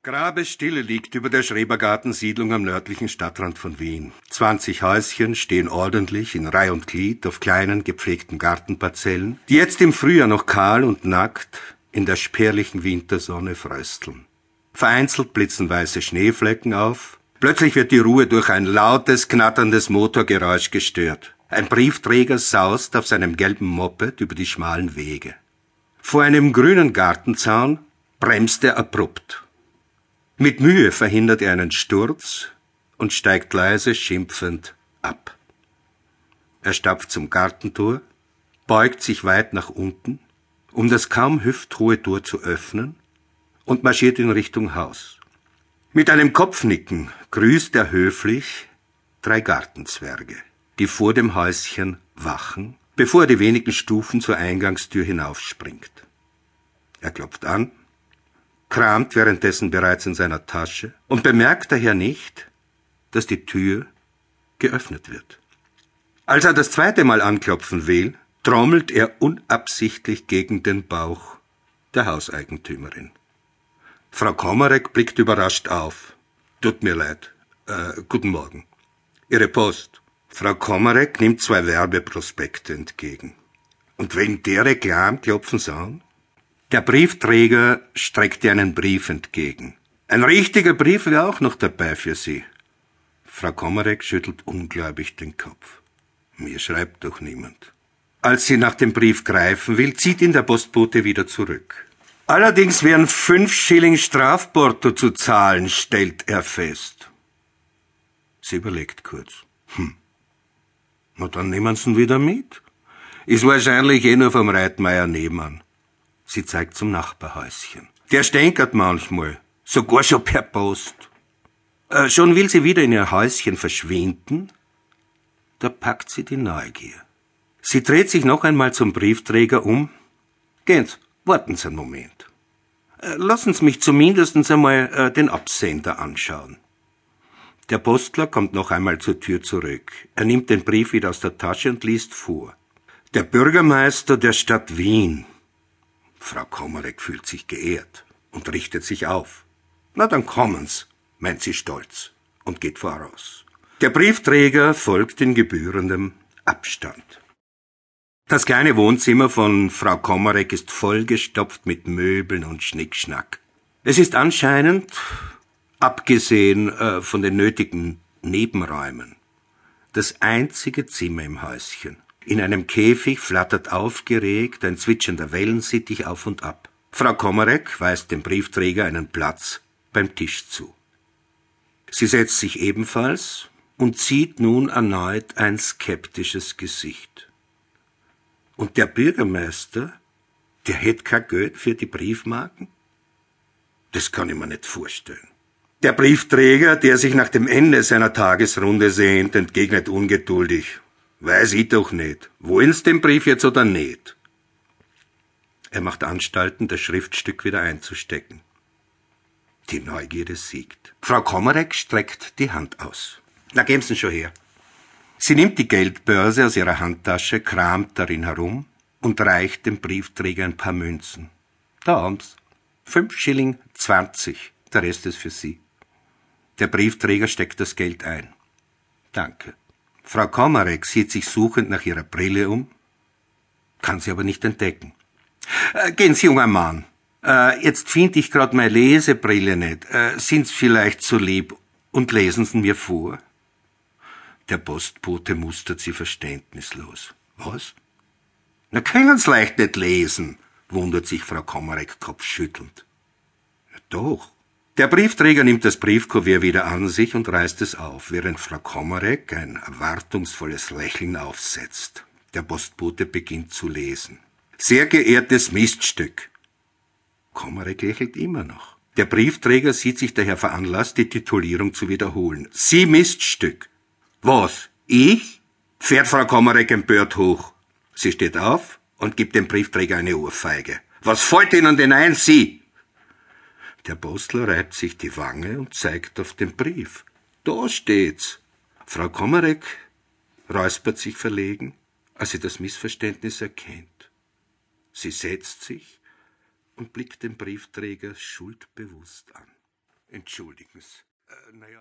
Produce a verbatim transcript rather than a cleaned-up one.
Grabesstille liegt über der Schrebergartensiedlung am nördlichen Stadtrand von Wien. Zwanzig Häuschen stehen ordentlich in Reih und Glied auf kleinen, gepflegten Gartenparzellen, die jetzt im Frühjahr noch kahl und nackt in der spärlichen Wintersonne frösteln. Vereinzelt blitzen weiße Schneeflecken auf. Plötzlich wird die Ruhe durch ein lautes, knatterndes Motorgeräusch gestört. Ein Briefträger saust auf seinem gelben Moped über die schmalen Wege. Vor einem grünen Gartenzaun bremst er abrupt. Mit Mühe verhindert er einen Sturz und steigt leise schimpfend ab. Er stapft zum Gartentor, beugt sich weit nach unten, um das kaum hüfthohe Tor zu öffnen, und marschiert in Richtung Haus. Mit einem Kopfnicken grüßt er höflich drei Gartenzwerge, die vor dem Häuschen wachen, bevor er die wenigen Stufen zur Eingangstür hinaufspringt. Er klopft an, kramt währenddessen bereits in seiner Tasche und bemerkt daher nicht, dass die Tür geöffnet wird. Als er das zweite Mal anklopfen will, trommelt er unabsichtlich gegen den Bauch der Hauseigentümerin. Frau Komarek blickt überrascht auf. Tut mir leid. Äh, guten Morgen. Ihre Post. Frau Komarek nimmt zwei Werbeprospekte entgegen. Und wegen der Reklam klopfen Sie an? Der Briefträger streckt ihr einen Brief entgegen. Ein richtiger Brief wäre auch noch dabei für Sie. Frau Komarek schüttelt ungläubig den Kopf. Mir schreibt doch niemand. Als sie nach dem Brief greifen will, zieht ihn der Postbote wieder zurück. Allerdings wären fünf Schilling Strafporto zu zahlen, stellt er fest. Sie überlegt kurz. Hm. Na, dann nehmen Sie ihn wieder mit. Ist wahrscheinlich eh nur vom Reitmeier nebenan. Sie zeigt zum Nachbarhäuschen. Der stänkert manchmal, sogar schon per Post. Äh, schon will sie wieder in ihr Häuschen verschwinden, da packt sie die Neugier. Sie dreht sich noch einmal zum Briefträger um. Gehen Sie, warten Sie einen Moment. Äh, lassen Sie mich zumindest einmal äh, den Absender anschauen. Der Postler kommt noch einmal zur Tür zurück. Er nimmt den Brief wieder aus der Tasche und liest vor. Der Bürgermeister der Stadt Wien. Frau Komarek fühlt sich geehrt und richtet sich auf. Na, dann kommen's, meint sie stolz und geht voraus. Der Briefträger folgt in gebührendem Abstand. Das kleine Wohnzimmer von Frau Komarek ist vollgestopft mit Möbeln und Schnickschnack. Es ist anscheinend, abgesehen äh, von den nötigen Nebenräumen, das einzige Zimmer im Häuschen. In einem Käfig flattert aufgeregt ein zwitschernder Wellensittich auf und ab. Frau Komarek weist dem Briefträger einen Platz beim Tisch zu. Sie setzt sich ebenfalls und zieht nun erneut ein skeptisches Gesicht. Und der Bürgermeister, der hätt kein Geld für die Briefmarken? Das kann ich mir nicht vorstellen. Der Briefträger, der sich nach dem Ende seiner Tagesrunde sehnt, entgegnet ungeduldig. Weiß ich doch nicht. Wollen's den Brief jetzt oder nicht? Er macht Anstalten, das Schriftstück wieder einzustecken. Die Neugierde siegt. Frau Komarek streckt die Hand aus. Na, geben Sie ihn schon her. Sie nimmt die Geldbörse aus ihrer Handtasche, kramt darin herum und reicht dem Briefträger ein paar Münzen. Da haben's. Fünf Schilling zwanzig. Der Rest ist für Sie. Der Briefträger steckt das Geld ein. Danke. Frau Komarek sieht sich suchend nach ihrer Brille um, kann sie aber nicht entdecken. Äh, gehen Sie, junger Mann. Äh, jetzt finde ich grad meine Lesebrille nicht. Äh, sind Sie vielleicht so lieb und lesen Sie mir vor? Der Postbote mustert sie verständnislos. Was? Na, können Sie leicht nicht lesen, wundert sich Frau Komarek kopfschüttelnd. Ja, doch. Der Briefträger nimmt das Briefkuvert wieder an sich und reißt es auf, während Frau Komarek ein erwartungsvolles Lächeln aufsetzt. Der Postbote beginnt zu lesen. Sehr geehrtes Miststück. Komarek lächelt immer noch. Der Briefträger sieht sich daher veranlasst, die Titulierung zu wiederholen. Sie Miststück. Was? Ich? Fährt Frau Komarek empört hoch. Sie steht auf und gibt dem Briefträger eine Ohrfeige. Was fällt Ihnen denn ein, Sie? Der Postler reibt sich die Wange und zeigt auf den Brief. Da steht's. Frau Komarek räuspert sich verlegen, als sie das Missverständnis erkennt. Sie setzt sich und blickt den Briefträger schuldbewusst an. Entschuldigen's. Äh, naja.